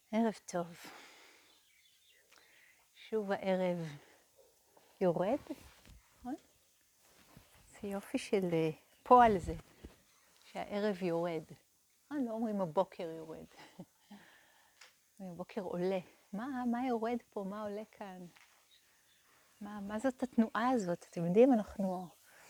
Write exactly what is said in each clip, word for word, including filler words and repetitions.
ערב טוב. שוב הערב יורד, נכון? זה יופי של פועל זה, שהערב יורד. לא אומרים הבוקר יורד, הבוקר עולה. מה, מה יורד פה? מה עולה כאן? מה, מה זאת התנועה הזאת? אתם יודעים, אנחנו...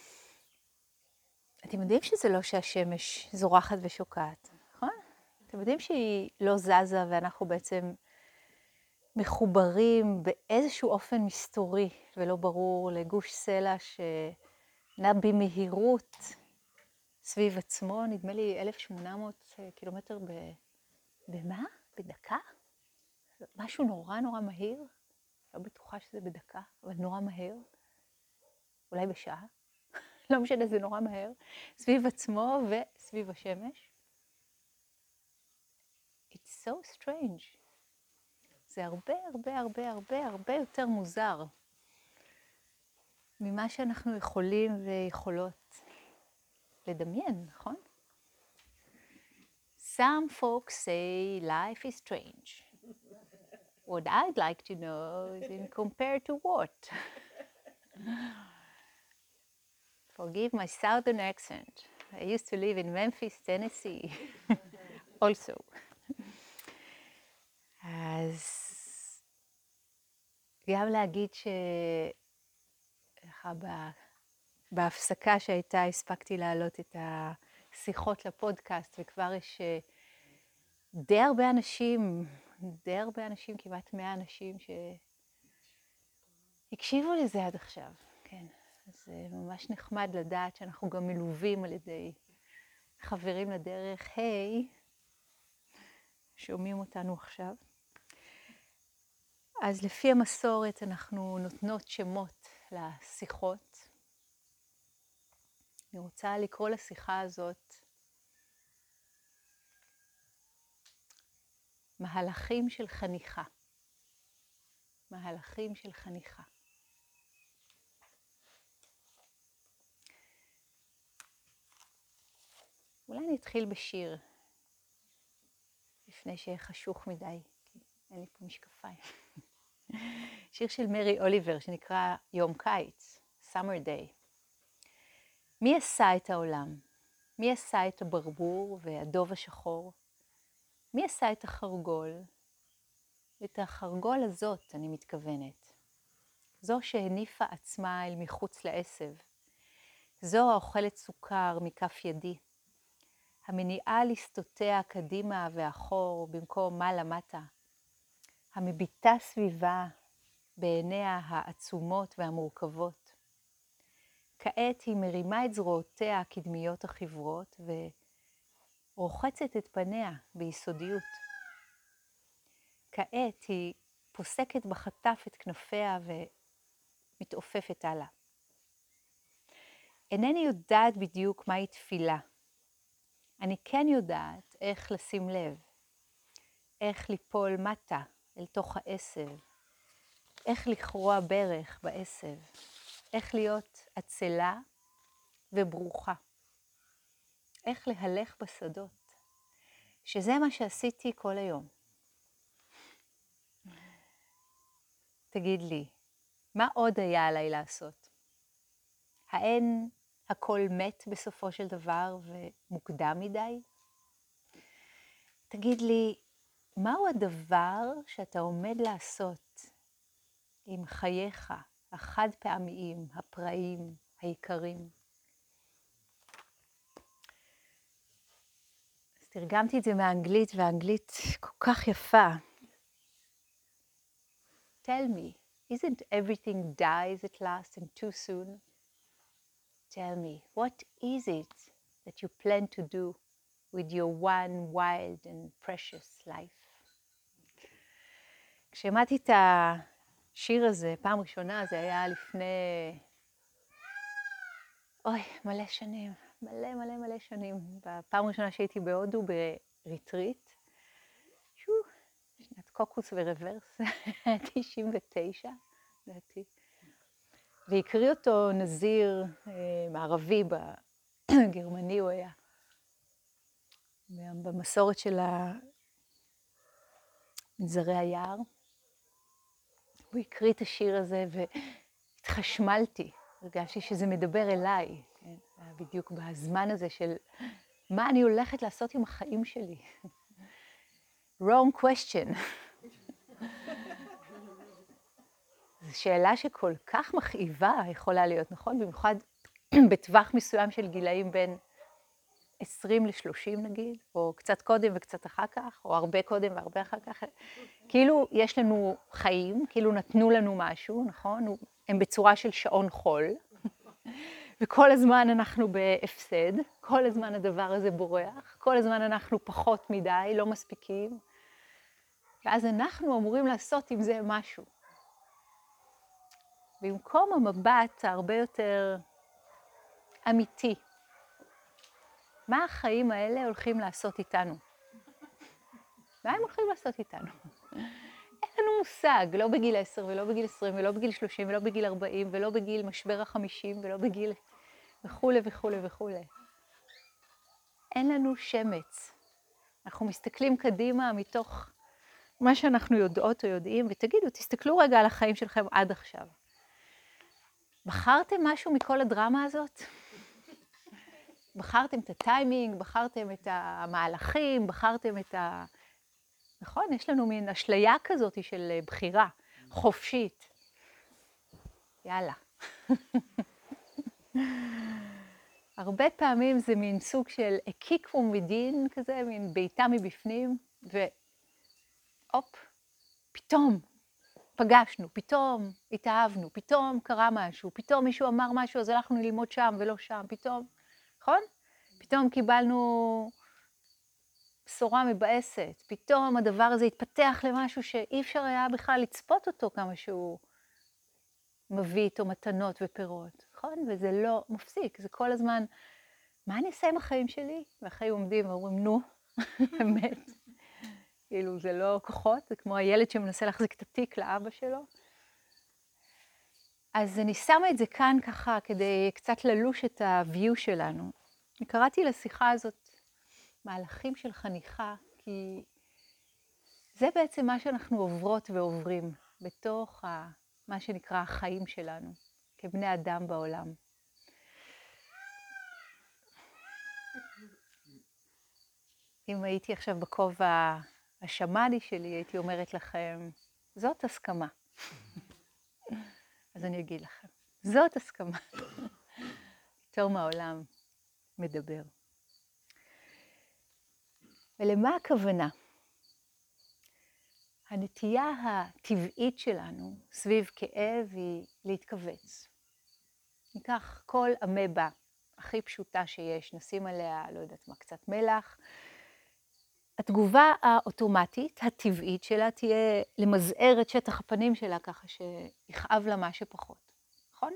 אתם יודעים שזה לא שהשמש זורחת ושוקעת, נכון? אתם יודעים שהיא לא זזה ואנחנו בעצם מחוברים באיזשהו אופן מסתורי ולא ברור לגוש סלע שנע במהירות סביב עצמו, נדמה לי אלף ושמונה מאות קילומטר ב... במה? בדקה? משהו נורא נורא מהיר, לא בטוחה שזה בדקה, אבל נורא מהר, אולי בשעה, לא משנה, זה נורא מהר, סביב עצמו וסביב השמש. It's so strange. זה הרבה הרבה הרבה הרבה הרבה יותר מוזר ממה שאנחנו יכולים ויכולות לדמיין, נכון? Some folks say life is strange. What I'd like to know is in compared to what? Forgive my southern accent. I used to live in Memphis, Tennessee. also. אז גם להגיד שכה בהפסקה שהייתה הספקתי להעלות את השיחות לפודקאסט, וכבר יש די הרבה אנשים, די הרבה אנשים, כמעט מאה אנשים שהקשיבו לזה עד עכשיו, כן. אז זה ממש נחמד לדעת שאנחנו גם מלווים על ידי חברים לדרך. היי, שומעים אותנו עכשיו. אז לפי המסורת אנחנו נותנות שמות לשיחות. אני רוצה לקרוא לשיחה הזאת מהלכים של חניכה. מהלכים של חניכה. אולי אני אתחיל בשיר, לפני שיהיה חשוך מדי, כי אין לי פה משקפיים. שיר של מרי אוליבר שנקרא יום קיץ, Summer Day. מי עשה את העולם? מי עשה את הברבור והדוב השחור? מי עשה את החרגול? את החרגול הזאת אני מתכוונת. זו שהניפה עצמה אל מחוץ לעשב. זו האוכלת סוכר מכף ידי. המניעה לסטותיה קדימה ואחור במקום מה למטה. המביטה סביבה בעיניה העצומות והמורכבות. כעת היא מרימה את זרועותיה הקדמיות החברות ורוחצת את פניה ביסודיות. כעת היא פוסקת בחטף את כנפיה ומתעופפת הלאה. אינני יודעת בדיוק מהי תפילה. אני כן יודעת איך לשים לב, איך ליפול מטה אל תוך העשב, איך לכרוע ברך בעשב, איך להיות עצלה וברוכה, איך להלך בשדות, שזה מה שעשיתי כל היום. תגיד לי, מה עוד היה עליי לעשות? האין הכל מת בסופו של דבר ומוקדם מדי? תגיד לי, מהו הדבר שאתה עומד לעשות עם חייך החד פעמיים, הפראיים, היקרים? אז תרגמתי את זה מהאנגלית, והאנגלית כל כך יפה. Tell me, isn't everything dies at last and too soon? Tell me, what is it that you plan to do with your one wild and precious life? כששמעתי את השיר הזה, פעם ראשונה, זה היה לפני, אוי, מלא שנים, מלא מלא מלא שנים. בפעם ראשונה שהייתי בהודו בריטריט, שו, שנת קוקוס ורוורס, תשעים ותשע, דעתי. והקריא אותו נזיר אה, מערבי, בגרמני הוא היה. במסורת של מנזרי היער. הוא הקריא את השיר הזה והתחשמלתי, הרגשתי שזה מדבר אליי, כן? בדיוק בזמן הזה של מה אני הולכת לעשות עם החיים שלי. wrong question. זו שאלה שכל כך מכאיבה יכולה להיות, נכון? במיוחד בטווח מסוים של גילאים בין עשרים לשלושים נגיד, או קצת קודם וקצת אחר כך, או הרבה קודם והרבה אחר כך. כאילו יש לנו חיים, כאילו נתנו לנו משהו, נכון? הם בצורה של שעון חול, וכל הזמן אנחנו בהפסד, כל הזמן הדבר הזה בורח, כל הזמן אנחנו פחות מדי, לא מספיקים, ואז אנחנו אמורים לעשות עם זה משהו. במקום המבט הרבה יותר אמיתי, מה החיים האלה הולכים לעשות איתנו? מה הם הולכים לעשות איתנו? אין לנו מושג, לא בגיל עשר ולא בגיל עשרים ולא בגיל שלושים ולא בגיל ארבעים ולא בגיל משבר החמישים ולא בגיל וכו' וכו' וכו'. אין לנו שמץ. אנחנו מסתכלים קדימה מתוך מה שאנחנו יודעות או יודעים, ותגידו, תסתכלו רגע על החיים שלכם עד עכשיו. בחרתם משהו מכל הדרמה הזאת? בחרתם את הטיימינג, בחרתם את המהלכים, בחרתם את ה... נכון? יש לנו מין אשליה כזאת של בחירה חופשית. יאללה. הרבה פעמים זה מין סוג של הקיק ומדין כזה, מין בעיטה מבפנים, והופ, פתאום פגשנו, פתאום התאהבנו, פתאום קרה משהו, פתאום מישהו אמר משהו, אז הלכנו ללמוד שם ולא שם, פתאום, נכון? פתאום קיבלנו בשורה מבאסת, פתאום הדבר הזה התפתח למשהו שאי אפשר היה בכלל לצפות אותו כמה שהוא מביא איתו מתנות ופירות, נכון? וזה לא מפסיק, זה כל הזמן, מה אני אעשה עם החיים שלי? והחיים עומדים ואומרים, נו, באמת. כאילו, זה לא כוחות, זה כמו הילד שמנסה להחזיק את התיק לאבא שלו. אז אני שמה את זה כאן ככה, כדי קצת ללוש את ה-view שלנו. אני קראתי לשיחה הזאת מהלכים של חניכה, כי זה בעצם מה שאנחנו עוברות ועוברים, בתוך ה, מה שנקרא החיים שלנו, כבני אדם בעולם. אם הייתי עכשיו בכובע השמאני שלי, הייתי אומרת לכם, זאת הסכמה. אז אני אגיד לכם, זאת הסכמה. יותר מהעולם מדבר. ולמה הכוונה? הנטייה הטבעית שלנו סביב כאב היא להתכווץ. ניקח כל אמבה הכי פשוטה שיש, נשים עליה, לא יודעת מה, קצת מלח. התגובה האוטומטית, הטבעית שלה, תהיה למזער את שטח הפנים שלה ככה שיכאב לה מה שפחות. נכון?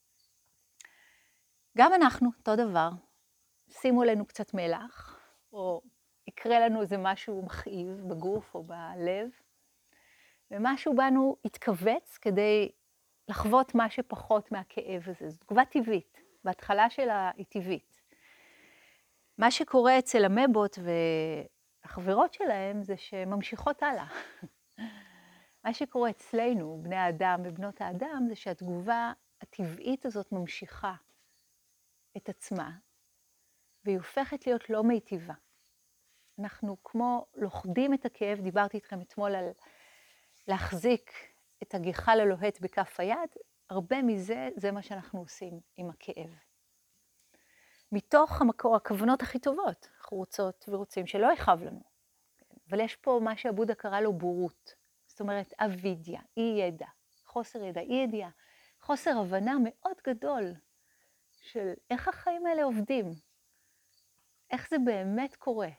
גם אנחנו, אותו דבר, שימו לנו קצת מלח, או יקרה לנו איזה משהו מכאיב בגוף או בלב, ומשהו בנו יתכווץ כדי לחוות מה שפחות מהכאב הזה. זו תגובה טבעית, בהתחלה שלה היא טבעית. מה שקורה אצל המבות והחברות שלהם זה שממשיכות הלאה. מה שקורה אצלנו, בני האדם ובנות האדם, זה שהתגובה הטבעית הזאת ממשיכה את עצמה, והיא הופכת להיות לא מיטיבה. אנחנו כמו לוכדים את הכאב, דיברתי איתכם אתמול על להחזיק את הגחל הלוהט בכף היד, הרבה מזה זה מה שאנחנו עושים עם הכאב. מתוך המקור, הכוונות הכי טובות, אנחנו רוצות ורוצים שלא יכאב לנו. אבל יש פה מה שהבודה קרא לו בורות. זאת אומרת, אבידיה, אי ידע, חוסר ידע, אי ידיעה, חוסר הבנה מאוד גדול של איך החיים האלה עובדים, איך זה באמת קורה.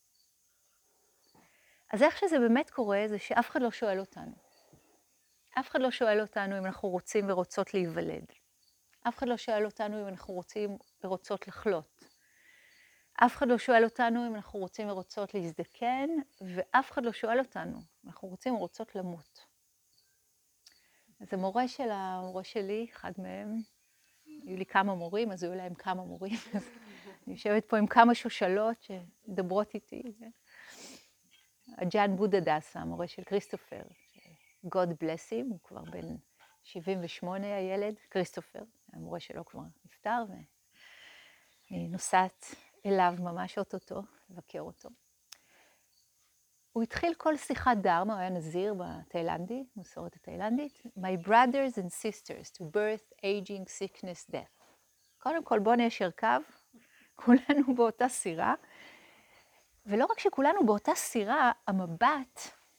אז איך שזה באמת קורה זה שאף אחד לא שואל אותנו. אף אחד לא שואל אותנו אם אנחנו רוצים ורוצות להיוולד. אף אחד לא שואל אותנו אם אנחנו רוצים ורוצות לחלות. אף אחד לא שואל אותנו אם אנחנו רוצים ורוצות להזדקן, ואף אחד לא שואל אותנו אם אנחנו רוצים ורוצות למות. אז המורה של המורה שלי, אחד מהם, היו לי כמה מורים, אז היו להם כמה מורים. אני יושבת פה עם כמה שושלות שמדברות איתי. הג'אן בודה דסה, המורה של כריסטופר, God bless him, הוא כבר בן שבעים ושמונה הילד, כריסטופר, המורה שלו כבר נפטר, ואני נוסעת אליו ממש אוטוטו, לבקר אותו. הוא התחיל כל שיחת דרמה, הוא היה נזיר בתאילנדי, מסורת התאילנדית, My brothers and sisters to birth, aging, sickness, death. קודם כל בוא ניישר קו, כולנו באותה סירה, ולא רק שכולנו באותה סירה, המבט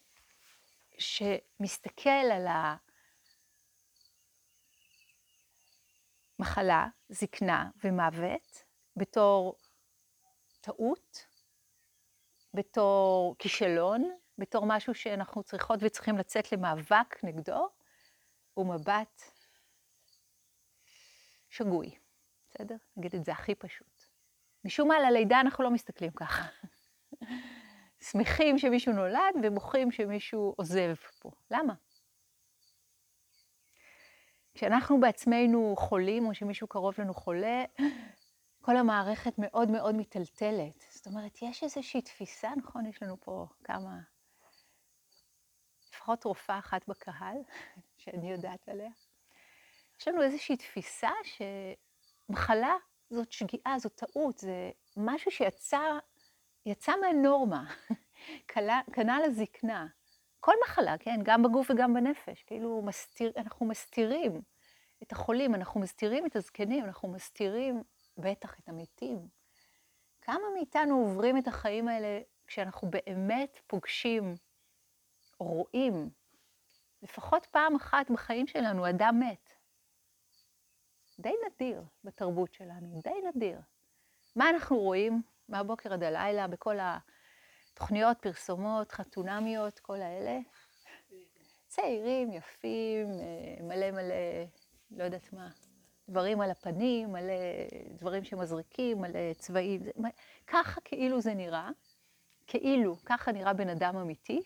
שמסתכל על המחלה, זקנה ומוות, בתור טעות, בתור כישלון, בתור משהו שאנחנו צריכות וצריכים לצאת למאבק נגדו, הוא מבט שגוי. בסדר? נגיד את זה הכי פשוט. משום מה, על הלידה אנחנו לא מסתכלים ככה. שמחים שמישהו נולד ומוחים שמישהו עוזב פה. למה? כשאנחנו בעצמנו חולים או שמישהו קרוב לנו חולה, כל המערכת מאוד מאוד מטלטלת. זאת אומרת, יש איזושהי תפיסה, נכון? יש לנו פה כמה, לפחות רופאה אחת בקהל, שאני יודעת עליה. יש לנו איזושהי תפיסה שמחלה זאת שגיאה, זאת טעות, זה משהו שיצא יצא מהנורמה, כנ"ל הזקנה. כל מחלה, כן? גם בגוף וגם בנפש. כאילו מסתיר, אנחנו מסתירים את החולים, אנחנו מסתירים את הזקנים, אנחנו מסתירים בטח את המתים. כמה מאיתנו עוברים את החיים האלה כשאנחנו באמת פוגשים או רואים, לפחות פעם אחת בחיים שלנו, אדם מת. די נדיר בתרבות שלנו, די נדיר. מה אנחנו רואים מהבוקר עד הלילה בכל התוכניות, פרסומות, חתונמיות, כל האלה? צעירים, יפים, מלא מלא, לא יודעת מה, דברים על הפנים, מלא דברים שמזריקים, מלא צבעים. ככה כאילו זה נראה, כאילו, ככה נראה בן אדם אמיתי.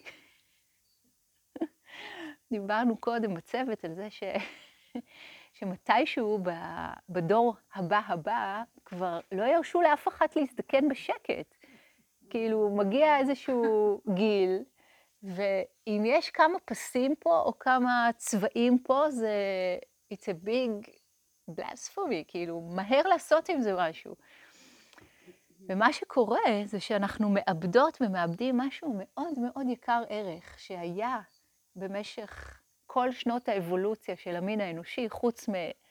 דיברנו קודם בצוות על זה ש... שמתישהו בדור הבא הבא כבר לא ירשו לאף אחת להזדקן בשקט. כאילו מגיע איזשהו גיל, ואם יש כמה פסים פה או כמה צבעים פה, זה it's a big blasphemy, כאילו מהר לעשות עם זה משהו. ומה שקורה זה שאנחנו מאבדות ומאבדים משהו מאוד מאוד יקר ערך, שהיה במשך כל שנות האבולוציה של המין האנושי, חוץ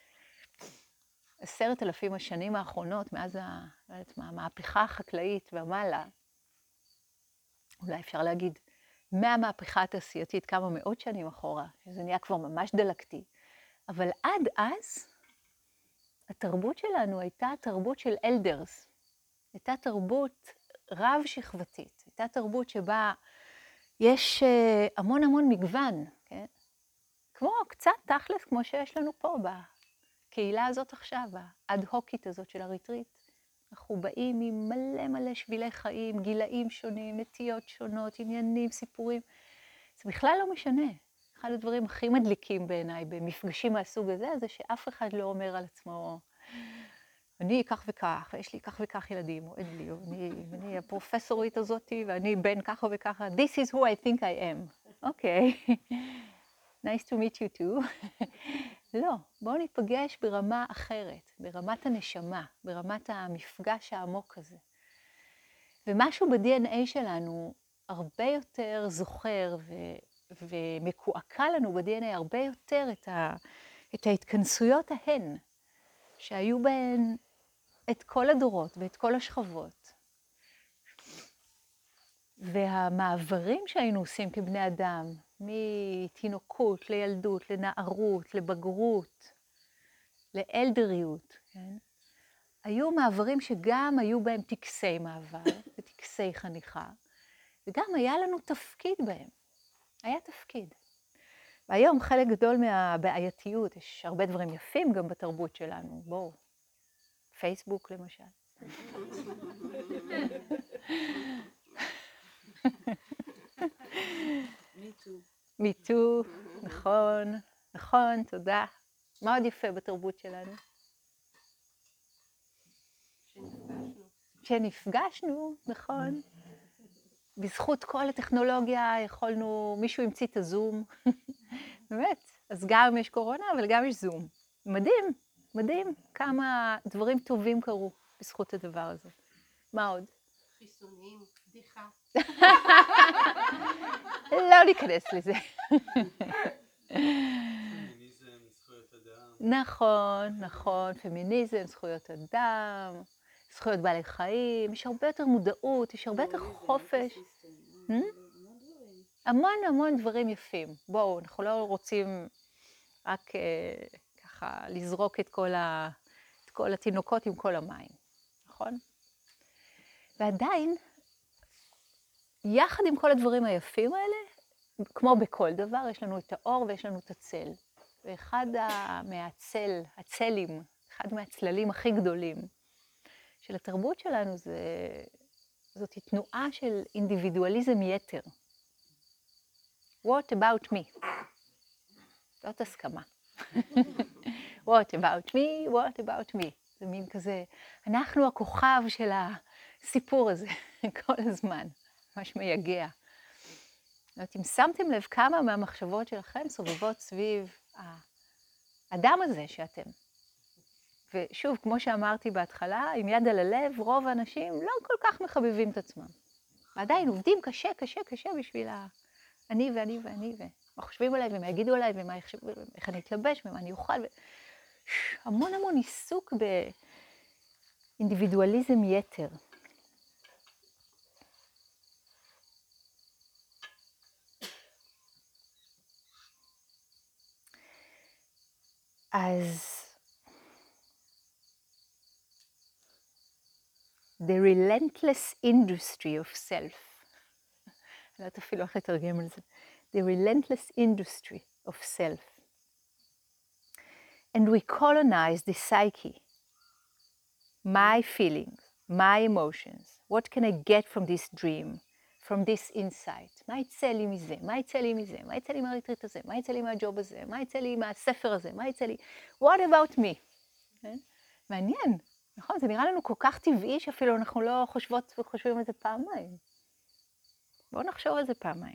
מעשרת אלפים השנים האחרונות, מאז ה, לא יודעת מה, המהפכה החקלאית ומעלה, אולי אפשר להגיד, מהמהפכה התעשייתית כמה מאות שנים אחורה, שזה נהיה כבר ממש דלקתי, אבל עד אז, התרבות שלנו הייתה תרבות של אלדרס, הייתה תרבות רב שכבתית, הייתה תרבות שבה יש המון המון מגוון, כן? כמו קצת תכלס, כמו שיש לנו פה בקהילה הזאת עכשיו, האד-הוקית הזאת של הריטריט. אנחנו באים עם מלא מלא שבילי חיים, גילאים שונים, נטיות שונות, עניינים, סיפורים. זה בכלל לא משנה. אחד הדברים הכי מדליקים בעיניי במפגשים מהסוג הזה, זה שאף אחד לא אומר על עצמו, אני כך וכך, ויש לי כך וכך ילדים, או אין לי, או אני, אני הפרופסורית הזאת, ואני בן ככה וככה, this is who I think I am. אוקיי. Okay. nice to meet you too. לא, בואו ניפגש ברמה אחרת, ברמת הנשמה, ברמת המפגש העמוק הזה. ומשהו ב-די אן איי שלנו הרבה יותר זוכר ו... ומקועקע לנו ב-די אן איי הרבה יותר את, ה... את ההתכנסויות ההן, שהיו בהן את כל הדורות ואת כל השכבות. והמעברים שהיינו עושים כבני אדם, מתינוקות, לילדות, לנערות, לבגרות, לאלדריות, כן? היו מעברים שגם היו בהם טקסי מעבר וטקסי חניכה, וגם היה לנו תפקיד בהם. היה תפקיד. והיום חלק גדול מהבעייתיות, יש הרבה דברים יפים גם בתרבות שלנו. בואו, פייסבוק למשל. מיטו, נכון, נכון, תודה. מה עוד יפה בתרבות שלנו? שנפגשנו. שנפגשנו, נכון. בזכות כל הטכנולוגיה יכולנו, מישהו המציא את הזום, באמת, אז גם יש קורונה, אבל גם יש זום. מדהים, מדהים כמה דברים טובים קרו בזכות הדבר הזה. מה עוד? חיסונים, בדיחה. לא ניכנס לזה. פמיניזם, זכויות אדם. נכון, נכון, פמיניזם, זכויות אדם, זכויות בעלי חיים, יש הרבה יותר מודעות, יש הרבה יותר חופש. המון המון דברים יפים. בואו, אנחנו לא רוצים רק אה, ככה לזרוק את כל, ה, את כל התינוקות עם כל המים, נכון? ועדיין, יחד עם כל הדברים היפים האלה, כמו בכל דבר, יש לנו את האור ויש לנו את הצל. ואחד מהצל, הצלים, אחד מהצללים הכי גדולים של התרבות שלנו, זה, זאת תנועה של אינדיבידואליזם יתר. What about me? זאת הסכמה. What about me? What about me? זה מין כזה, אנחנו הכוכב של הסיפור הזה כל הזמן, ממש מייגע. אם שמתם לב כמה מהמחשבות שלכם סובבות סביב האדם הזה שאתם. ושוב, כמו שאמרתי בהתחלה, עם יד על הלב, רוב האנשים לא כל כך מחבבים את עצמם. ועדיין עובדים קשה, קשה, קשה בשביל אני ואני ואני, ומה חושבים עליי ומה יגידו עליי ומה יחשבו, איך אני אתלבש ומה אני אוכל. ו... המון המון עיסוק באינדיבידואליזם יתר. אז the relentless industry of self. אני לא יודעת אפילו איך לתרגם על זה. The relentless industry of self. And we colonize the psyche. My feelings, my emotions. What can I get from this dream? From this insight. מה יצא לי מזה? מה יצא לי מזה? מה יצא לי מהריטריט הזה? מה יצא לי מהג'וב הזה? מה יצא לי מהספר הזה? מה יצא לי? What about me? מעניין, נכון? זה נראה לנו כל כך טבעי שאפילו אנחנו לא חושבות וחושבים על זה פעמיים. בואו נחשוב על זה פעמיים.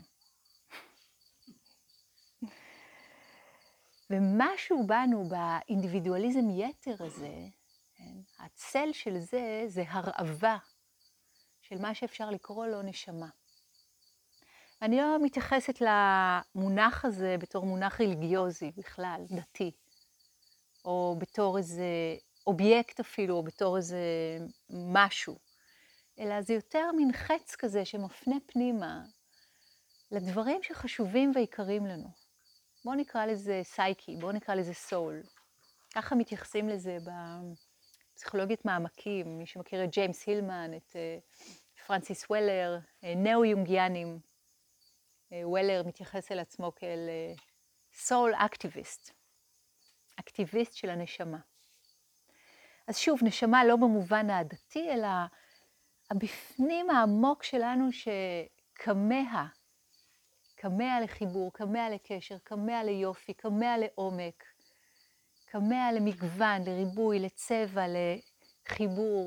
ומשהו בנו באינדיבידואליזם יתר הזה, הצל של זה, זה הרעבה של מה שאפשר לקרוא לו נשמה. אני לא מתייחסת למונח הזה בתור מונח רליגיוזי בכלל, דתי, או בתור איזה אובייקט אפילו, או בתור איזה משהו, אלא זה יותר מין חץ כזה שמפנה פנימה לדברים שחשובים ויקרים לנו. בואו נקרא לזה סייקי, בואו נקרא לזה סול. ככה מתייחסים לזה בפסיכולוגיית מעמקים, מי שמכיר את ג'יימס הילמן, את פרנסיס וולר, נאו-יונגיאנים. וולר מתייחס אל עצמו כאל סול אקטיביסט, אקטיביסט של הנשמה. אז שוב, נשמה לא במובן הדתי, אלא הבפנים העמוק שלנו שכמה, כמה לחיבור, כמה לקשר, כמה ליופי, כמה לעומק, כמה למגוון, לריבוי, לצבע, לחיבור.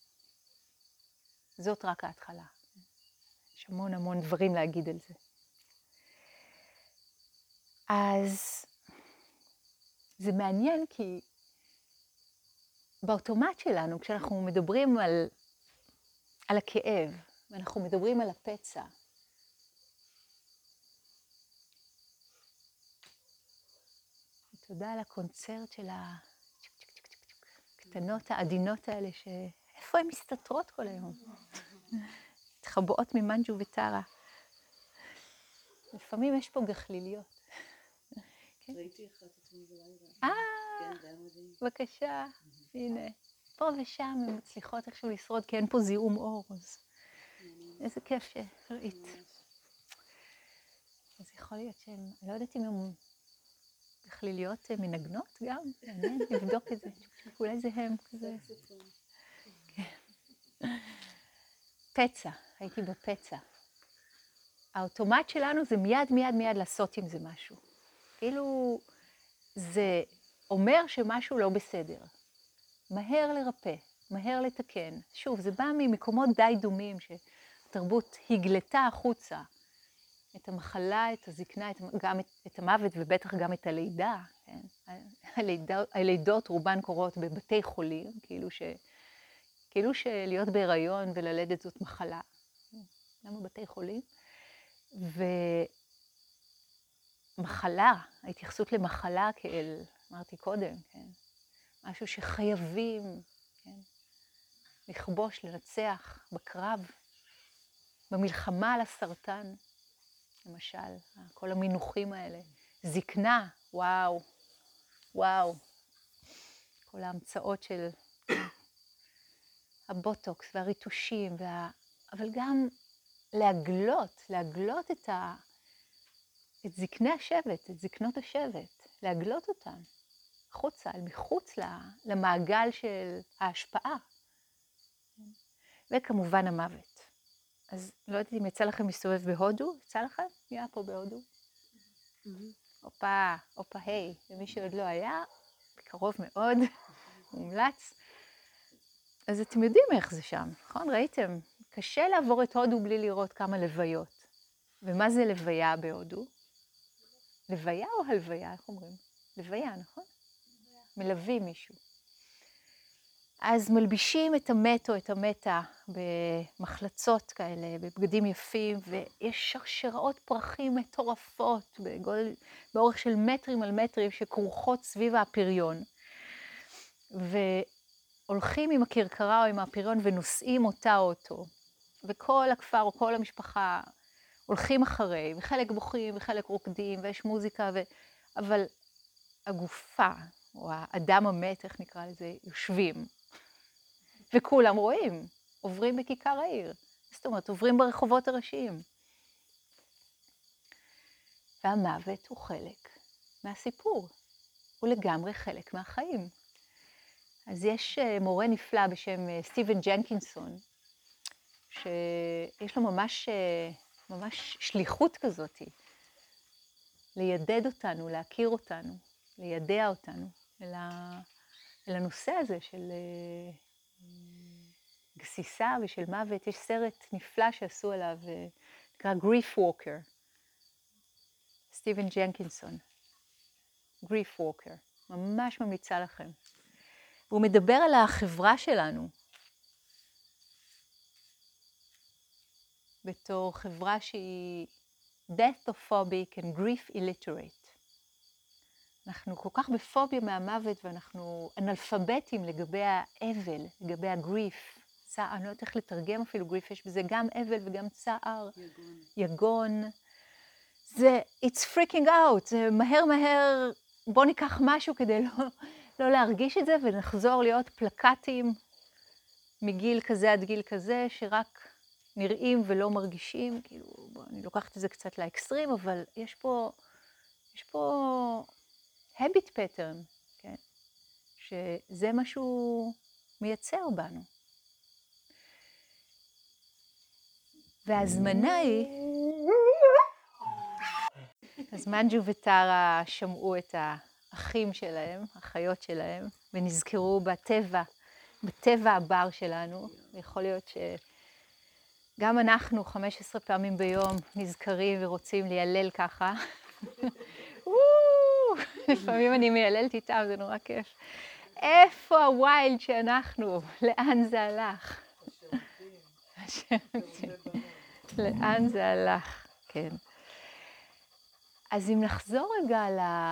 זאת רק ההתחלה. יש המון המון דברים להגיד על זה. אז זה מעניין כי באוטומט שלנו, כשאנחנו מדברים על, על הכאב, ואנחנו מדברים על הפצע, תודה על הקונצרט של הקטנות העדינות האלה, שאיפה הן מסתתרות כל היום? מתחבאות ממנג'ו וטרה. לפעמים יש פה גחליליות. ראיתי אחת אתמול בלילה. אה, כן, זה היה מדהים. בבקשה, הנה. פה ושם הן מצליחות איכשהו לשרוד, כי אין פה זיהום אור, אז איזה כיף שראית. אז יכול להיות שהן, אני לא יודעת אם הן גחליליות מנגנות גם, מעניין, לבדוק את זה. אולי זה הם כזה. פצע, הייתי בפצע. האוטומט שלנו זה מיד מיד מיד לעשות עם זה משהו. כאילו זה אומר שמשהו לא בסדר. מהר לרפא, מהר לתקן. שוב, זה בא ממקומות די דומים התרבות הגלתה החוצה את המחלה, את הזקנה, את, גם את, את המוות ובטח גם את הלידה. כן? הלידה, הלידות רובן קורות בבתי חולים, כאילו, ש, כאילו שלהיות בהיריון וללדת זאת מחלה. למה בתי חולים? ומחלה, ההתייחסות למחלה כאל, אמרתי קודם, כן? משהו שחייבים, כן? לכבוש, לנצח בקרב, במלחמה על הסרטן, למשל, כל המינוחים האלה. זקנה, וואו, וואו. כל ההמצאות של הבוטוקס והריטושים, וה... אבל גם להגלות, להגלות את, ה... את זקני השבט, את זקנות השבט, להגלות אותן חוצה, מחוץ למעגל של ההשפעה. וכמובן המוות. אז לא יודעת אם יצא לכם להסתובב בהודו, יצא לכם? היה פה בהודו? הופה, הופה, היי, למי שעוד לא היה, בקרוב מאוד, מומלץ. אז אתם יודעים איך זה שם, נכון? ראיתם? קשה לעבור את הודו בלי לראות כמה לוויות. ומה זה לוויה בהודו? לוויה או הלוויה, איך אומרים? לוויה, נכון? מלווים מישהו. אז מלבישים את המת או את המתה במחלצות כאלה, בבגדים יפים, ויש שרשראות פרחים מטורפות בגול, באורך של מטרים על מטרים שכרוכות סביב הפריון. והולכים עם הכרכרה או עם הפריון ונושאים אותה או אותו. וכל הכפר או כל המשפחה הולכים אחרי, וחלק בוכים וחלק רוקדים, ויש מוזיקה, ו... אבל הגופה, או האדם המת, איך נקרא לזה, יושבים. וכולם רואים, עוברים בכיכר העיר. זאת אומרת, עוברים ברחובות הראשיים. והמוות הוא חלק מהסיפור. הוא לגמרי חלק מהחיים. אז יש מורה נפלא בשם סטיבן ג'נקינסון, שיש לו ממש, ממש שליחות כזאת, לידד אותנו, להכיר אותנו, לידע אותנו, אל, ה... אל הנושא הזה של גסיסה ושל מוות. יש סרט נפלא שעשו עליו, נקרא Grief Walker, סטיבן ג'נקינסון, Grief Walker, ממש ממליצה לכם. והוא מדבר על החברה שלנו, בתור חברה שהיא death-phobic and grief illiterate. אנחנו כל כך בפוביה מהמוות, ואנחנו אנאלפביתים לגבי האבל, לגבי הגריף. צער, אני לא יודעת איך לתרגם אפילו גריף, יש בזה גם אבל וגם צער. יגון. יגון. זה, it's freaking out, זה מהר מהר, בוא ניקח משהו כדי לא, לא להרגיש את זה, ונחזור להיות פלקטים מגיל כזה עד גיל כזה, שרק נראים ולא מרגישים. כאילו, בוא, אני לוקחת את זה קצת לאקסטרים, אבל יש פה, יש פה habit pattern, כן? שזה משהו מייצר בנו. והזמנה היא, אז מנג'ו וטרה שמעו את האחים שלהם, החיות שלהם, ונזכרו בטבע, בטבע הבר שלנו. יכול להיות שגם אנחנו חמש עשרה פעמים ביום נזכרים ורוצים להילל ככה. לפעמים אני מייללת איתם, זה נורא כיף. איפה הוויילד שאנחנו? לאן זה הלך? לאן זה הלך? כן. אז אם נחזור רגע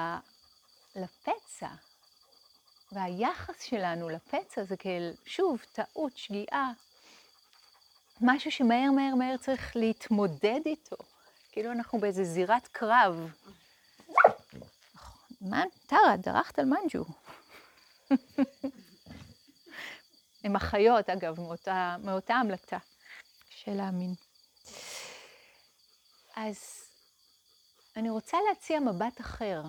לפצע, והיחס שלנו לפצע זה כאל, שוב, טעות, שגיאה, משהו שמהר מהר מהר צריך להתמודד איתו. כאילו אנחנו באיזה זירת קרב. נכון, טרה, דרכת על מנג'ו. הם החיות, אגב, מאותה, מאותה המלטה. קשה להאמין. אז אני רוצה להציע מבט אחר.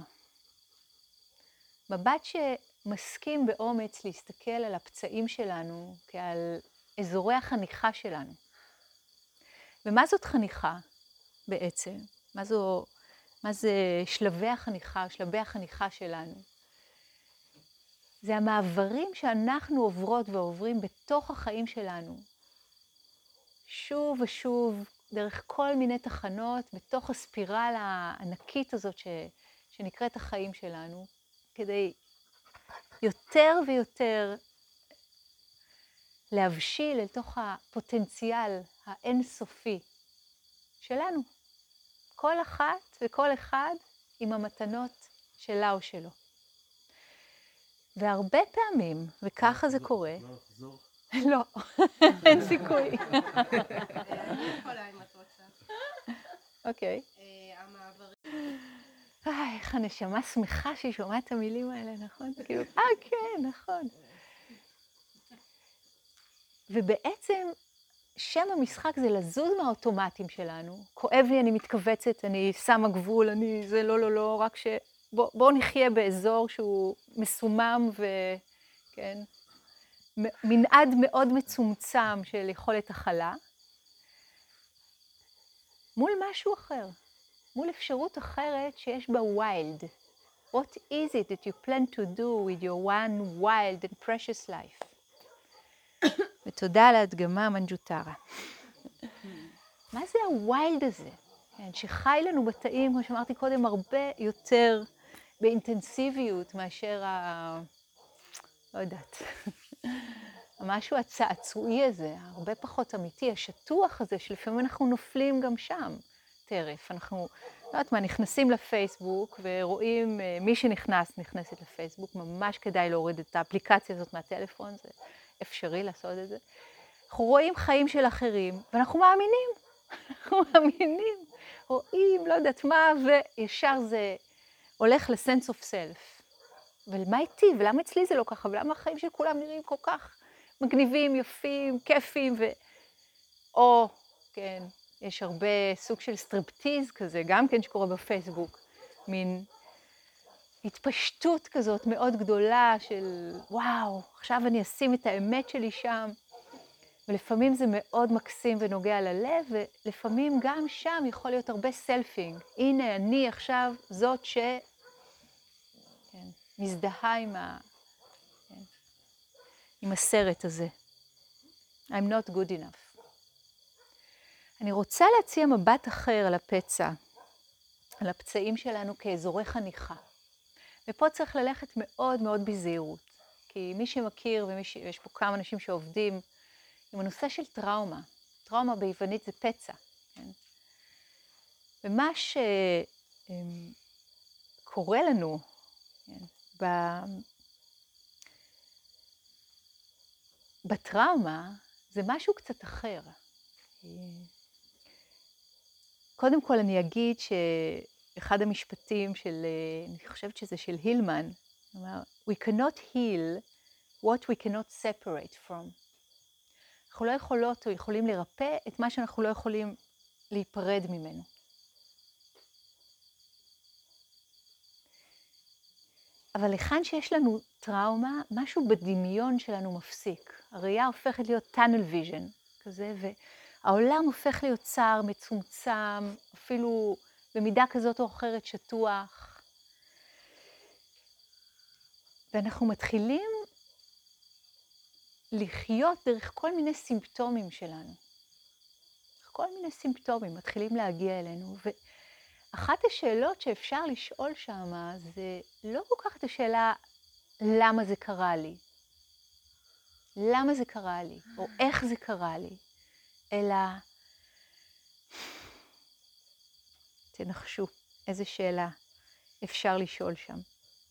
מבט שמסכים באומץ להסתכל על הפצעים שלנו כעל אזורי החניכה שלנו. ומה זאת חניכה בעצם? מה זו, מה זה שלבי החניכה, שלבי החניכה שלנו? זה המעברים שאנחנו עוברות ועוברים בתוך החיים שלנו, שוב ושוב, דרך כל מיני תחנות, בתוך הספירלה הענקית הזאת ש, שנקראת החיים שלנו, כדי יותר ויותר להבשיל אל תוך הפוטנציאל האינסופי שלנו. כל אחת וכל אחד עם המתנות שלה או שלו. והרבה פעמים, וככה זה קורה, לא לחזור. לא, אין סיכוי. אני יכולה אם את רוצה. אוקיי. אה, המעברים. איי, איך הנשמה שמחה שהיא שומעת את המילים האלה, נכון? זה כאילו, אה, כן, נכון. ובעצם, שם המשחק זה לזוז מהאוטומטים שלנו. כואב לי, אני מתכווצת, אני שמה גבול, אני זה לא, לא, לא, רק ש... בוא, בוא נחיה באזור שהוא מסומם וכן, מנעד מאוד מצומצם של יכולת הכלה, מול משהו אחר, מול אפשרות אחרת שיש בה wild. What is it that you plan to do with your one wild and precious life? ותודה על ההדגמה מנג'וטרה. מה זה הוויילד הזה? כן, שחי לנו בתאים, כמו שאמרתי קודם, הרבה יותר באינטנסיביות מאשר ה... לא יודעת. המשהו הצעצועי הזה, הרבה פחות אמיתי, השטוח הזה, שלפעמים אנחנו נופלים גם שם, טרף. אנחנו, לא יודעת מה, נכנסים לפייסבוק ורואים מי שנכנס, נכנסת לפייסבוק, ממש כדאי להוריד את האפליקציה הזאת מהטלפון, זה אפשרי לעשות את זה. אנחנו רואים חיים של אחרים, ואנחנו מאמינים, אנחנו מאמינים, רואים, לא יודעת מה, וישר זה הולך לסנס אוף סלף. אבל מה איתי? ולמה אצלי זה לא ככה? ולמה החיים של כולם נראים כל כך מגניבים, יפים, כיפים, ו... או, כן, יש הרבה סוג של סטריפטיז כזה, גם כן שקורה בפייסבוק, מין התפשטות כזאת מאוד גדולה של וואו, עכשיו אני אשים את האמת שלי שם, ולפעמים זה מאוד מקסים ונוגע ללב, ולפעמים גם שם יכול להיות הרבה סלפינג. הנה, אני עכשיו זאת ש... כן, מזדהה עם, ה... כן, עם הסרט הזה. I'm not good enough. אני רוצה להציע מבט אחר על הפצע, על הפצעים שלנו כאזורי חניכה. ופה צריך ללכת מאוד מאוד בזהירות, כי מי שמכיר, ויש פה כמה אנשים שעובדים, עם הנושא של טראומה. טראומה ביוונית זה פצע. כן? ומה שקורה לנו, כן? ב... בטראומה זה משהו קצת אחר. קודם כל אני אגיד שאחד המשפטים של, אני חושבת שזה של הילמן, אומר, we cannot heal what we cannot separate from. אנחנו לא יכולות או יכולים לרפא את מה שאנחנו לא יכולים להיפרד ממנו. אבל לכאן שיש לנו טראומה, משהו בדמיון שלנו מפסיק. הראייה הופכת להיות tunnel vision כזה, והעולם הופך להיות צר, מצומצם, אפילו במידה כזאת או אחרת שטוח. ואנחנו מתחילים לחיות דרך כל מיני סימפטומים שלנו. כל מיני סימפטומים מתחילים להגיע אלינו, ואחת השאלות שאפשר לשאול שם זה לא כל כך את השאלה למה זה קרה לי, למה זה קרה לי, או איך זה קרה לי, אלא תנחשו איזה שאלה אפשר לשאול שם.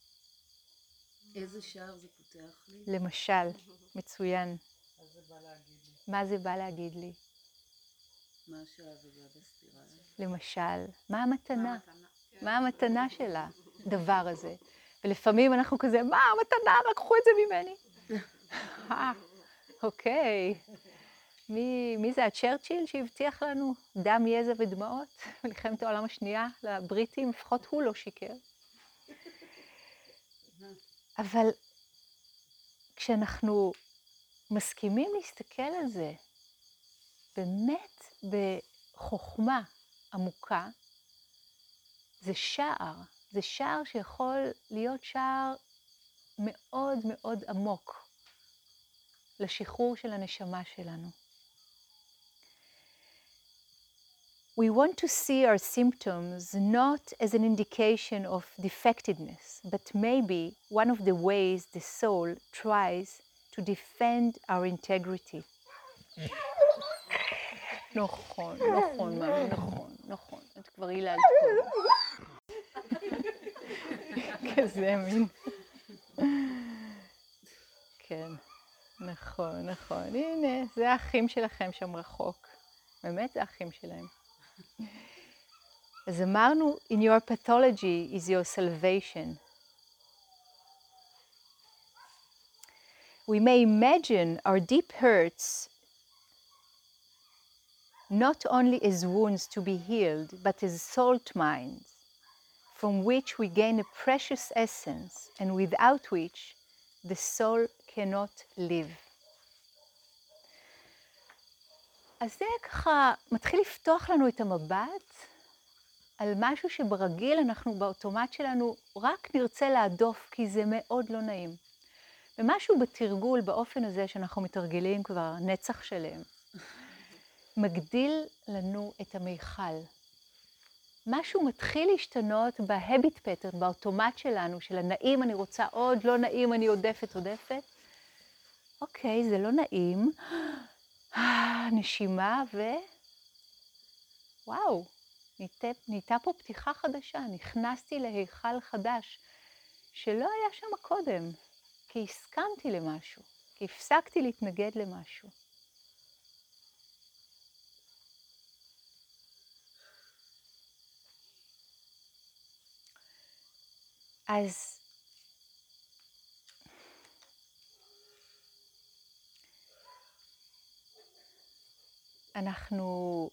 איזה שער זה פותח לי? למשל, מצוין. מה זה בא להגיד לי? מה זה בא להגיד לי? מה השער הזה בספירלה? למשל, מה המתנה? כן. מה המתנה של הדבר הזה? ולפעמים אנחנו כזה, מה המתנה? לקחו את זה ממני. אה, אוקיי. מי, מי זה הצ'רצ'יל שהבטיח לנו דם, יזע ודמעות? מלחמת העולם השנייה לבריטים, לפחות הוא לא שיקר. אבל כשאנחנו מסכימים להסתכל על זה, באמת בחוכמה עמוקה, זה שער. זה שער שיכול להיות שער מאוד מאוד עמוק לשחרור של הנשמה שלנו. we want to see our symptoms not as an indication of defectiveness, but maybe one of the ways the soul tries to defend our integrity. נכון, נכון, מאמי, נכון, נכון. את כבר היללת קודם. כזה מין. כן, נכון, נכון. הנה, זה האחים שלכם שם רחוק. באמת זה האחים שלהם. אז אמרנו, in your pathology is your salvation. We may imagine our deep hurts not only as wounds to be healed, but as salt mines, from which we gain a precious essence, and without which the soul cannot live. אז זה ככה מתחיל לפתוח לנו את המבט על משהו שברגיל אנחנו באוטומט שלנו רק נרצה להדוף, כי זה מאוד לא נעים. ומשהו בתרגול באופן הזה שאנחנו מתרגלים כבר נצח שלם, מגדיל לנו את המיכל. משהו מתחיל להשתנות בהביט פטרן, באוטומט שלנו, של הנעים אני רוצה עוד, לא נעים אני עודפת עודפת. אוקיי, זה לא נעים. נשימה ו... וואו, נהייתה, נהייתה פה פתיחה חדשה, נכנסתי להיכל חדש, שלא היה שם קודם, כי הסכמתי למשהו, כי הפסקתי להתנגד למשהו. אז אנחנו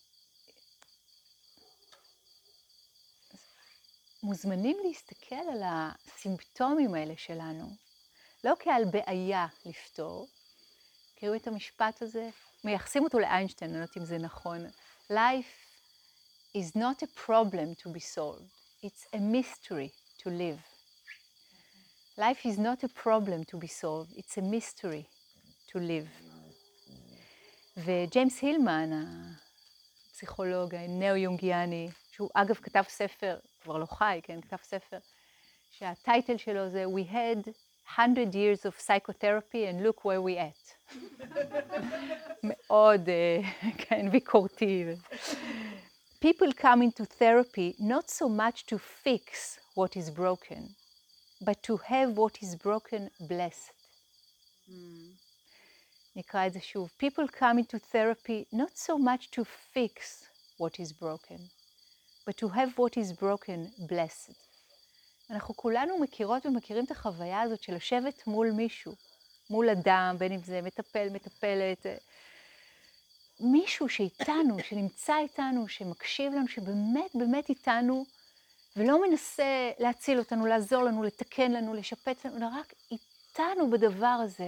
מוזמנים להסתכל על הסימפטומים האלה שלנו, לא כעל בעיה לפתור. קראו את המשפט הזה, מייחסים אותו לאיינשטיין, אני לא יודעת אם זה נכון. Life is not a problem to be solved, it's a mystery to live. Life is not a problem to be solved, it's a mystery to live. וג'יימס הילמן, הפסיכולוג הנאו-יונגיאני, שהוא אגב כתב ספר, כבר לא חי, כן, כתב ספר, שהטייטל שלו זה We had one hundred years of psychotherapy and look where we at. מאוד, כן, ביקורתי. People come into therapy not so much to fix what is broken, but to have what is broken blessed. Mm. נקרא את זה שוב. People come into therapy not so much to fix what is broken, but to have what is broken blessed. אנחנו כולנו מכירות ומכירים את החוויה הזאת של לשבת מול מישהו, מול אדם, בין אם זה מטפל, מטפלת, מישהו שאיתנו, שנמצא איתנו, שמקשיב לנו, שבאמת באמת איתנו, ולא מנסה להציל אותנו, לעזור לנו, לתקן לנו, לשפץ לנו, אלא רק איתנו בדבר הזה.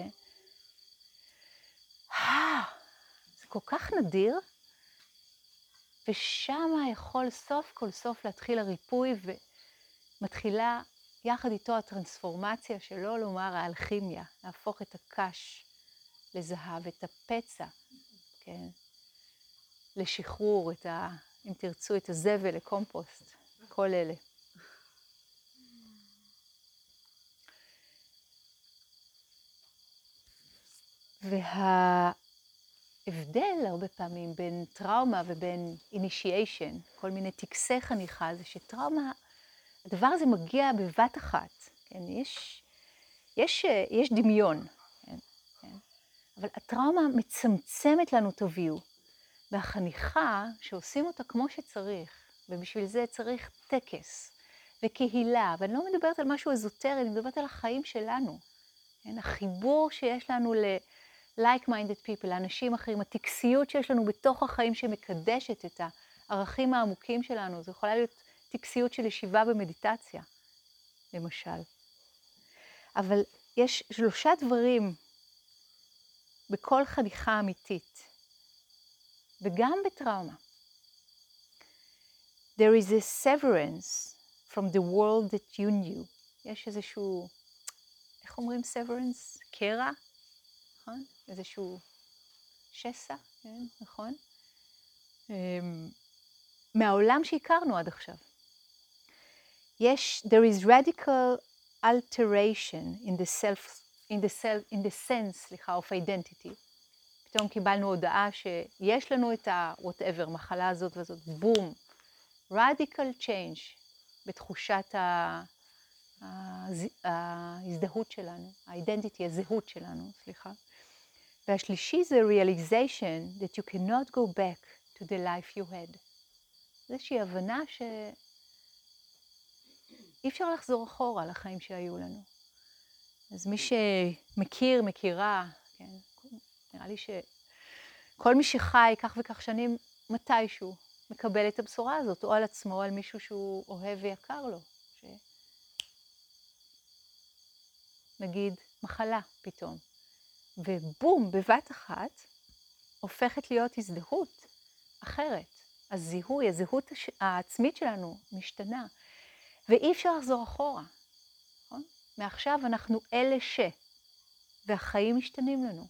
זה כל כך נדיר, ושם יכול סוף כל סוף להתחיל הריפוי, ומתחילה יחד איתו הטרנספורמציה שלו, לומר האלכימיה, להפוך את הקש לזהב, את הפצע, כן, לשחרור, את ה, אם תרצו, את הזבל לקומפוסט, כל אלה. וההבדל הרבה פעמים בין טראומה ובין אינישיישן, כל מיני טקסי חניכה, זה שטראומה, הדבר הזה מגיע בבת אחת, כן? יש, יש, יש דמיון, כן? כן? אבל הטראומה מצמצמת לנו את הוויו, והחניכה שעושים אותה כמו שצריך, ובשביל זה צריך טקס וקהילה, ואני לא מדברת על משהו אזוטרי, אני מדברת על החיים שלנו, כן? החיבור שיש לנו ל... like-minded people, לאנשים אחרים, הטקסיות שיש לנו בתוך החיים שמקדשת את הערכים העמוקים שלנו, זו יכולה להיות טקסיות של ישיבה במדיטציה, למשל. אבל יש שלושה דברים בכל חניכה אמיתית, וגם בטראומה. There is a severance from the world that you knew. יש איזשהו, איך אומרים severance? קרע? נכון? איזשהו שסע, כן, נכון? מהעולם שהכרנו עד עכשיו. יש, there is radical alteration in the self, in the self, in the sense, סליחה, of identity. פתאום קיבלנו הודעה שיש לנו את ה-whatever, מחלה הזאת וזאת, בום. radical change בתחושת ה... ההזדהות שלנו, ה-identity, הזהות שלנו, סליחה. והשלישי זה realization that you cannot go back to the life you had. זו איזושהי הבנה שאי אפשר לחזור אחורה לחיים שהיו לנו. אז מי שמכיר, מכירה, כן, נראה לי שכל מי שחי כך וכך שנים, מתישהו מקבל את הבשורה הזאת, או על עצמו, או על מישהו שהוא אוהב ויקר לו. ש... נגיד, מחלה פתאום. ובום, בבת אחת, הופכת להיות הזדהות אחרת. הזיהוי, הזהות העצמית שלנו משתנה. ואי אפשר לחזור אחורה. נכון? מעכשיו אנחנו אלה ש... והחיים משתנים לנו.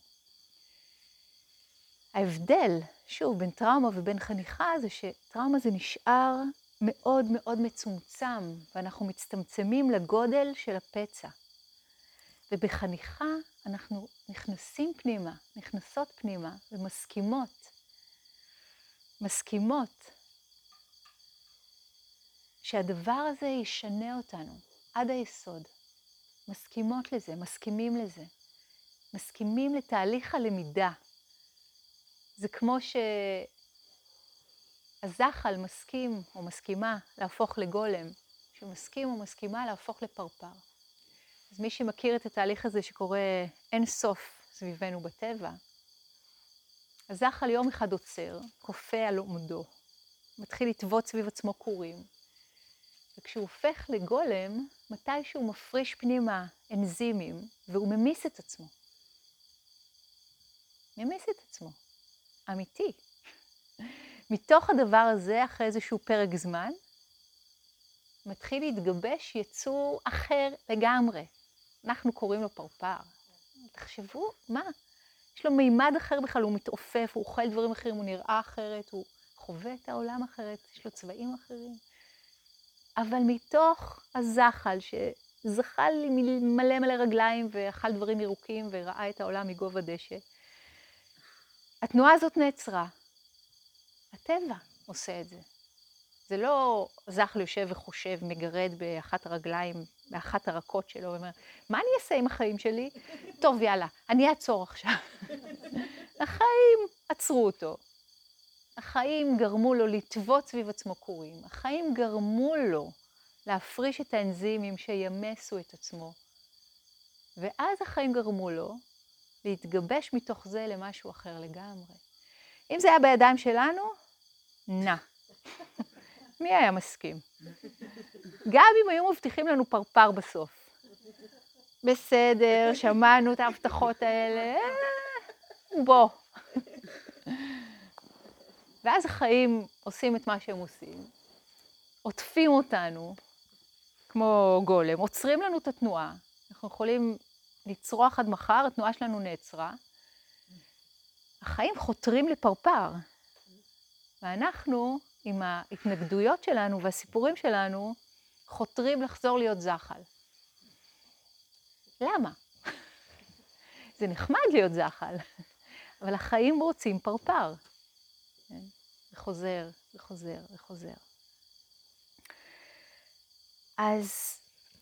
ההבדל, שוב, בין טראומה ובין חניכה, זה שטראומה זה נשאר מאוד מאוד מצומצם, ואנחנו מצטמצמים לגודל של הפצע. ובחניכה אנחנו נכנסים פנימה, נכנסות פנימה ומסכימות, מסכימות שהדבר הזה ישנה אותנו עד היסוד. מסכימות לזה, מסכימים לזה. מסכימים לתהליך הלמידה. זה כמו שהזחל מסכים או מסכימה להפוך לגולם, שמסכים או מסכימה להפוך לפרפר. אז מי שמכיר את התהליך הזה שקורה אין סוף סביבנו בטבע, הזחל יום אחד עוצר, קופא על עומדו, מתחיל לטוות סביב עצמו קורים, וכשהוא הופך לגולם, מתישהו מפריש פנימה אנזימים, והוא ממיס את עצמו. ממיס את עצמו. אמיתי. מתוך הדבר הזה, אחרי איזשהו פרק זמן, מתחיל להתגבש יצור אחר לגמרי. אנחנו קוראים לו פרפר. תחשבו, מה? יש לו מימד אחר בכלל, הוא מתעופף, הוא אוכל דברים אחרים, הוא נראה אחרת, הוא חווה את העולם אחרת, יש לו צבעים אחרים. אבל מתוך הזחל, שזחל מלא מלא רגליים ואכל דברים ירוקים וראה את העולם מגובה דשא, התנועה הזאת נעצרה. הטבע עושה את זה. זה לא זחל יושב וחושב, מגרד באחת הרגליים, באחת הרקות שלו, ואומר, מה אני אעשה עם החיים שלי? טוב, יאללה, אני אעצור עכשיו. החיים עצרו אותו. החיים גרמו לו לטוות סביב עצמו קורים. החיים גרמו לו להפריש את האנזימים שימסו את עצמו. ואז החיים גרמו לו להתגבש מתוך זה למשהו אחר לגמרי. אם זה היה בידיים שלנו, נע. מי היה מסכים? גם אם היו מבטיחים לנו פרפר בסוף. בסדר, שמענו את ההבטחות האלה, בוא. ואז החיים עושים את מה שהם עושים, עוטפים אותנו, כמו גולם, עוצרים לנו את התנועה. אנחנו יכולים לצרוח עד מחר, התנועה שלנו נעצרה. החיים חותרים לפרפר. ואנחנו, עם ההתנגדויות שלנו והסיפורים שלנו, חותרים לחזור להיות זחל. למה? זה נחמד להיות זחל, אבל החיים רוצים פרפר. וחוזר, וחוזר, וחוזר. אז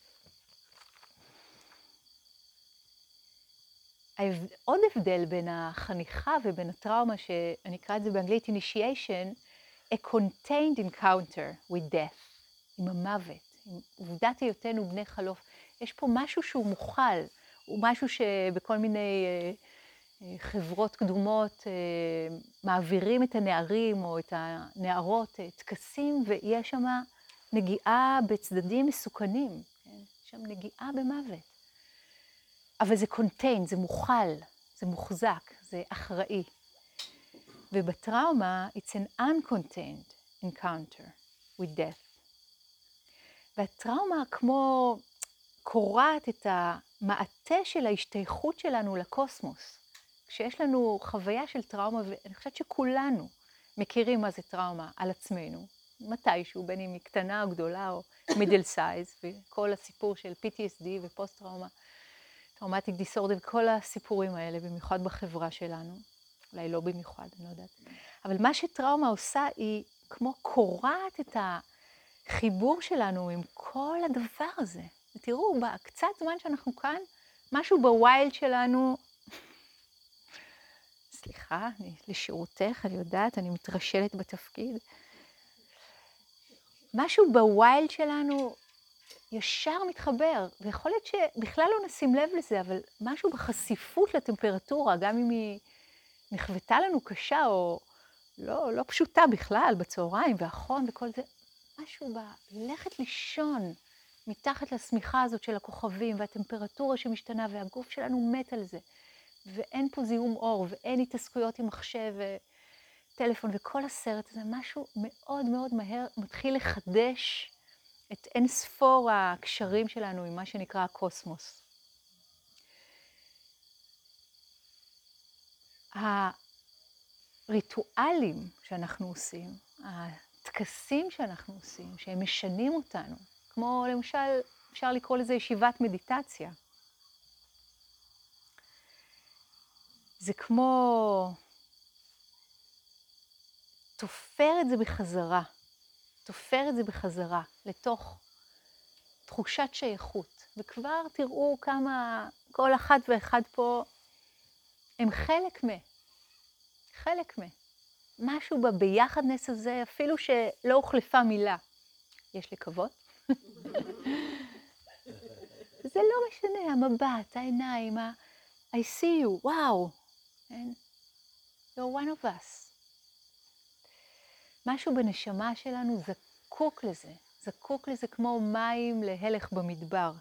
עוד הבדל בין החניכה ובין הטראומה, שאני אקרא את זה באנגלית initiation, a contained encounter with death, עם המוות, עם עובדת היותנו בני חלוף. יש פה משהו שהוא מוכל, הוא משהו שבכל מיני חברות קדומות מעבירים את הנערים או את הנערות, טקסים, ויש שם נגיעה בצדדים מסוכנים, כן? יש שם נגיעה במוות. אבל זה contained, זה מוכל, זה מוחזק, זה אחראי. ובטראומה, it's an uncontained encounter with death. והטראומה כמו קורעת את המעטה של ההשתייכות שלנו לקוסמוס. כשיש לנו חוויה של טראומה, ואני חושבת שכולנו מכירים מה זה טראומה על עצמנו, מתישהו, בין אם היא קטנה או גדולה או מידל סייז, וכל הסיפור של פי טי אס די ופוסט טראומה, טראומטיק דיסורדר, כל הסיפורים האלה, במיוחד בחברה שלנו, אולי לא במיוחד, אני לא יודעת. אבל מה שטראומה עושה היא כמו קורעת את החיבור שלנו עם כל הדבר הזה. ותראו, בקצת זמן שאנחנו כאן, משהו בוויילד שלנו, סליחה, אני לשירותך, אני יודעת, אני מתרשלת בתפקיד. משהו בוויילד שלנו ישר מתחבר, ויכול להיות שבכלל לא נשים לב לזה, אבל משהו בחשיפות לטמפרטורה, גם אם היא נחוותה לנו קשה או לא, לא פשוטה בכלל, בצהריים והחום וכל זה, משהו בלכת לישון מתחת לשמיכה הזאת של הכוכבים, והטמפרטורה שמשתנה, והגוף שלנו מת על זה. ואין פה זיהום אור, ואין התעסקויות עם מחשב וטלפון, וכל הסרט הזה, משהו מאוד מאוד מהר מתחיל לחדש את אין ספור הקשרים שלנו עם מה שנקרא הקוסמוס. הריטואלים שאנחנו עושים, הטקסים שאנחנו עושים, שהם משנים אותנו, כמו למשל, אפשר לקרוא לזה ישיבת מדיטציה. זה כמו תופר את זה בחזרה, תופר את זה בחזרה לתוך תחושת שייכות. וכבר תראו כמה כל אחת ואחד פה הם חלק מה, חלק מה. משהו בביחדנס הזה, אפילו שלא הוחלפה מילה. יש לי כבוד. זה לא משנה, המבט, העיניים, ה- I see you, וואו. You're one of us. משהו בנשמה שלנו זקוק לזה, זקוק לזה כמו מים להלך במדבר.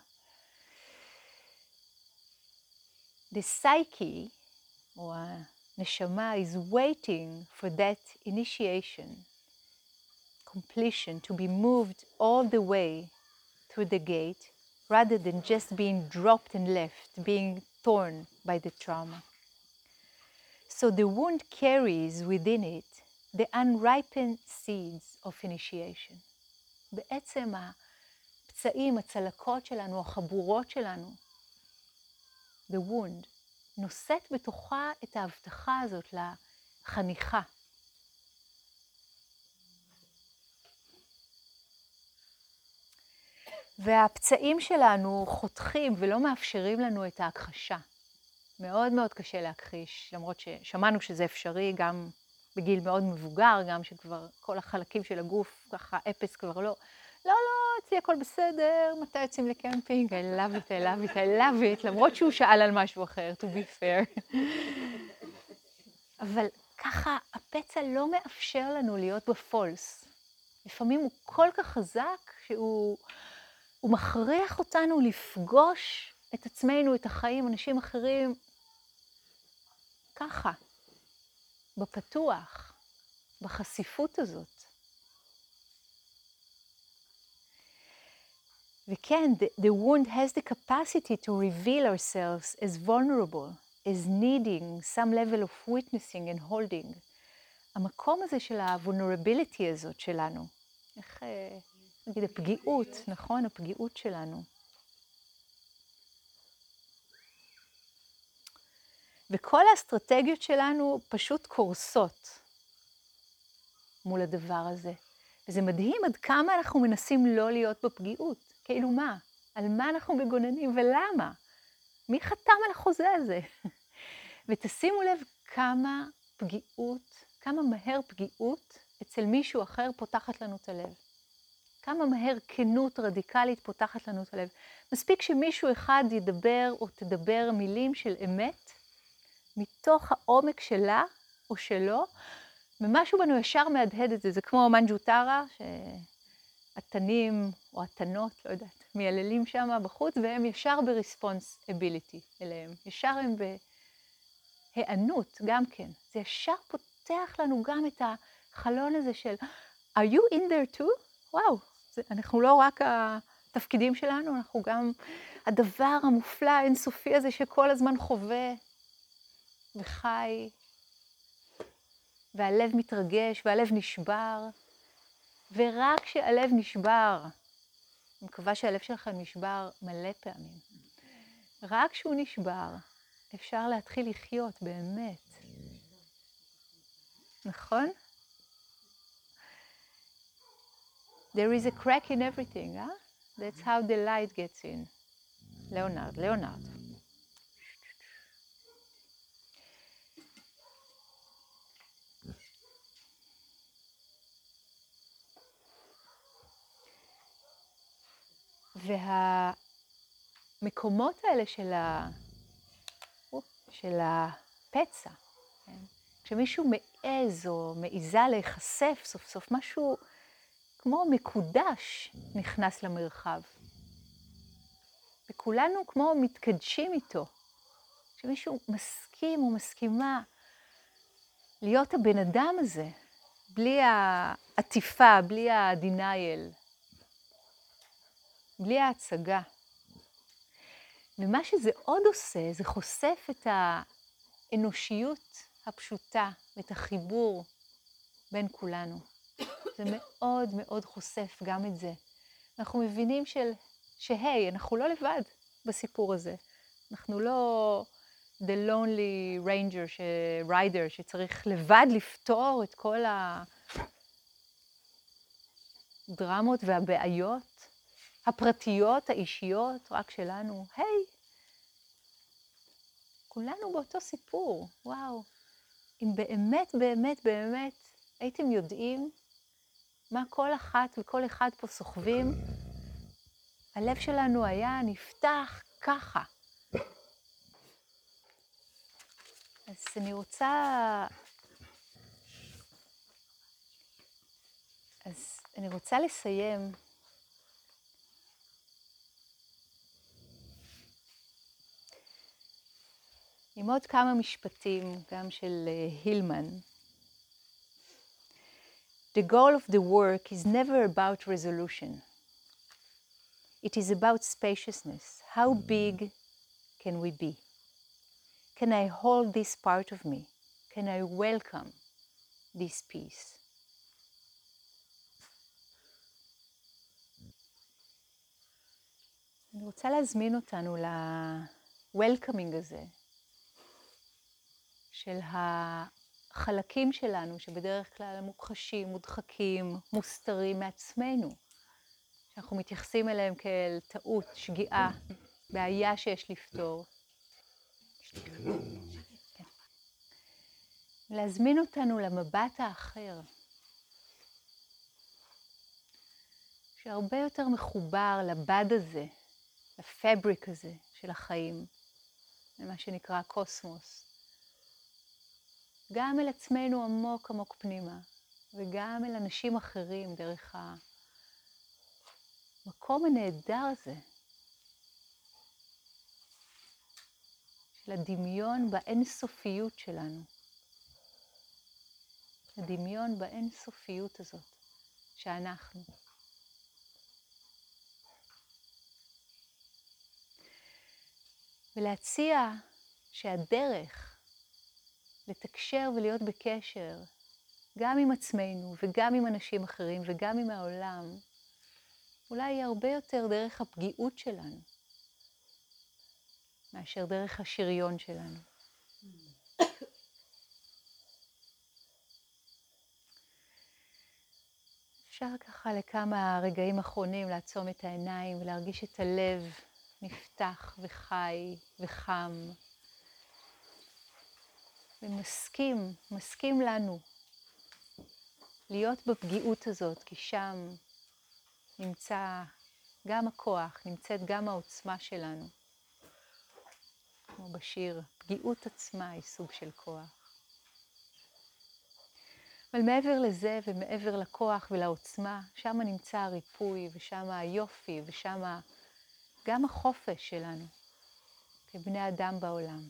The psyche, או הנשמה, is waiting for that initiation, completion, to be moved all the way through the gate, rather than just being dropped and left, being torn by the trauma. So the wound carries within it the unripened seeds of initiation. בעצם הפצעים, הצלקות שלנו, החבורות שלנו, the wound, נושאת בתוכה את ההבטחה הזאת לחניכה. והפצעים שלנו חותכים ולא מאפשרים לנו את ההכחשה. מאוד מאוד קשה להכחיש, למרות ששמענו שזה אפשרי גם בגיל מאוד מבוגר, גם שכבר כל החלקים של הגוף, ככה אפס כבר לא, לא, לא, אצלי הכל בסדר, מתי יוצאים לקמפינג? I love it, I love it, I love it, למרות שהוא שאל על משהו אחר, to be fair. אבל ככה הפצע לא מאפשר לנו להיות בפולס. לפעמים הוא כל כך חזק שהוא הוא מכריח אותנו לפגוש את עצמנו, את החיים, אנשים אחרים, ככה, בפתוח, בחשיפות הזאת. וכן, the, the wound has the capacity to reveal ourselves as vulnerable, as needing some level of witnessing and holding. המקום הזה של ה-vulnerability הזאת שלנו, איך, נגיד, הפגיעות, נכון? הפגיעות שלנו. וכל האסטרטגיות שלנו פשוט קורסות מול הדבר הזה. וזה מדהים עד כמה אנחנו מנסים לא להיות בפגיעות. כאילו מה? על מה אנחנו מגוננים ולמה? מי חתם על החוזה הזה? ותשימו לב כמה פגיעות, כמה מהר פגיעות אצל מישהו אחר פותחת לנו את הלב. כמה מהר כנות רדיקלית פותחת לנו את הלב. מספיק שמישהו אחד ידבר או תדבר מילים של אמת, מתוך העומק שלה או שלו, ומשהו בנו ישר מהדהד את זה. זה כמו מנג'וטרה, שהתנים או התנות, לא יודעת, מייללים שם בחוץ, והם ישר ב-responsibility אליהם. ישר הם בהיענות גם כן. זה ישר פותח לנו גם את החלון הזה של, are you in there too? וואו, זה, אנחנו לא רק התפקידים שלנו, אנחנו גם הדבר המופלא, האינסופי הזה שכל הזמן חווה וחי, והלב מתרגש, והלב נשבר, ורק כשהלב נשבר, אני מקווה שהלב שלכם נשבר מלא פעמים, רק כשהוא נשבר, אפשר להתחיל לחיות באמת. נכון? There is a crack in everything, huh? That's how the light gets in. ליאונרד, ליאונרד. והמקומות האלה של, ה... של הפצע, כן? כשמישהו מעז או מעיזה להיחשף סוף סוף, משהו כמו מקודש נכנס למרחב. וכולנו כמו מתקדשים איתו. כשמישהו מסכים או מסכימה להיות הבן אדם הזה, בלי העטיפה, בלי הדנייל, בלי ההצגה. ומה שזה עוד עושה, זה חושף את האנושיות הפשוטה, ואת החיבור בין כולנו. זה מאוד מאוד חושף גם את זה. אנחנו מבינים של, שהי, אנחנו לא לבד בסיפור הזה. אנחנו לא the lonely ranger, ש... rider, שצריך לבד לפתור את כל הדרמות והבעיות הפרטיות, האישיות, רק שלנו. היי, כולנו באותו סיפור. וואו. אם באמת, באמת, באמת הייתם יודעים מה כל אחת וכל אחד פה סוחבים, הלב שלנו היה נפתח ככה. אז אני רוצה... אז אני רוצה לסיים עם עוד כמה משפטים, גם של הילמן. The goal of the work is never about resolution. It is about spaciousness. How big can we be? Can I hold this part of me? Can I welcome this peace? אני רוצה להזמין אותנו ל-welcoming הזה, של החלקים שלנו, שבדרך כלל הם מוכחשים, מודחקים, מוסתרים מעצמנו, שאנחנו מתייחסים אליהם כאל טעות, שגיאה, בעיה שיש לפתור. כן. להזמין אותנו למבט האחר, שהרבה יותר מחובר לבד הזה, לפבריק הזה של החיים, למה שנקרא קוסמוס. גם אל עצמנו עמוק עמוק פנימה, וגם אל אנשים אחרים דרך המקום הנהדר הזה, של הדמיון באינסופיות שלנו. הדמיון באינסופיות הזאת, שאנחנו. ולהציע שהדרך לתקשר ולהיות בקשר גם עם עצמנו וגם עם אנשים אחרים וגם עם העולם, אולי היא הרבה יותר דרך הפגיעות שלנו, מאשר דרך השריון שלנו. אפשר ככה לכמה רגעים אחרונים לעצום את העיניים ולהרגיש את הלב נפתח וחי וחם. ומסכים, מסכים לנו להיות בפגיעות הזאת, כי שם נמצא גם הכוח, נמצאת גם העוצמה שלנו. כמו בשיר, פגיעות עצמה היא סוג של כוח. אבל מעבר לזה ומעבר לכוח ולעוצמה, שם נמצא הריפוי ושם היופי ושם גם החופש שלנו כבני אדם בעולם.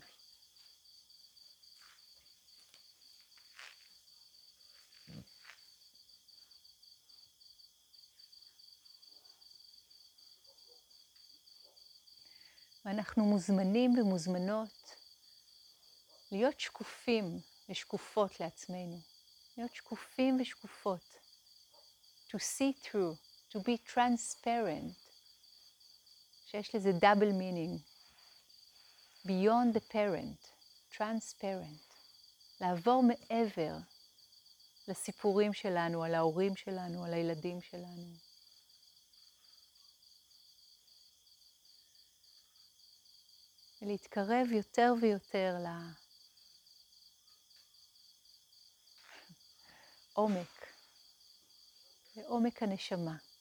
ואנחנו מוזמנים ומוזמנות להיות שקופים ושקופות לעצמנו. להיות שקופים ושקופות. to see through, to be transparent, שיש לזה double meaning, beyond the parent, transparent, לעבור מעבר לסיפורים שלנו, על ההורים שלנו, על הילדים שלנו. ולהתקרב יותר ויותר לעומק, לעומק הנשמה.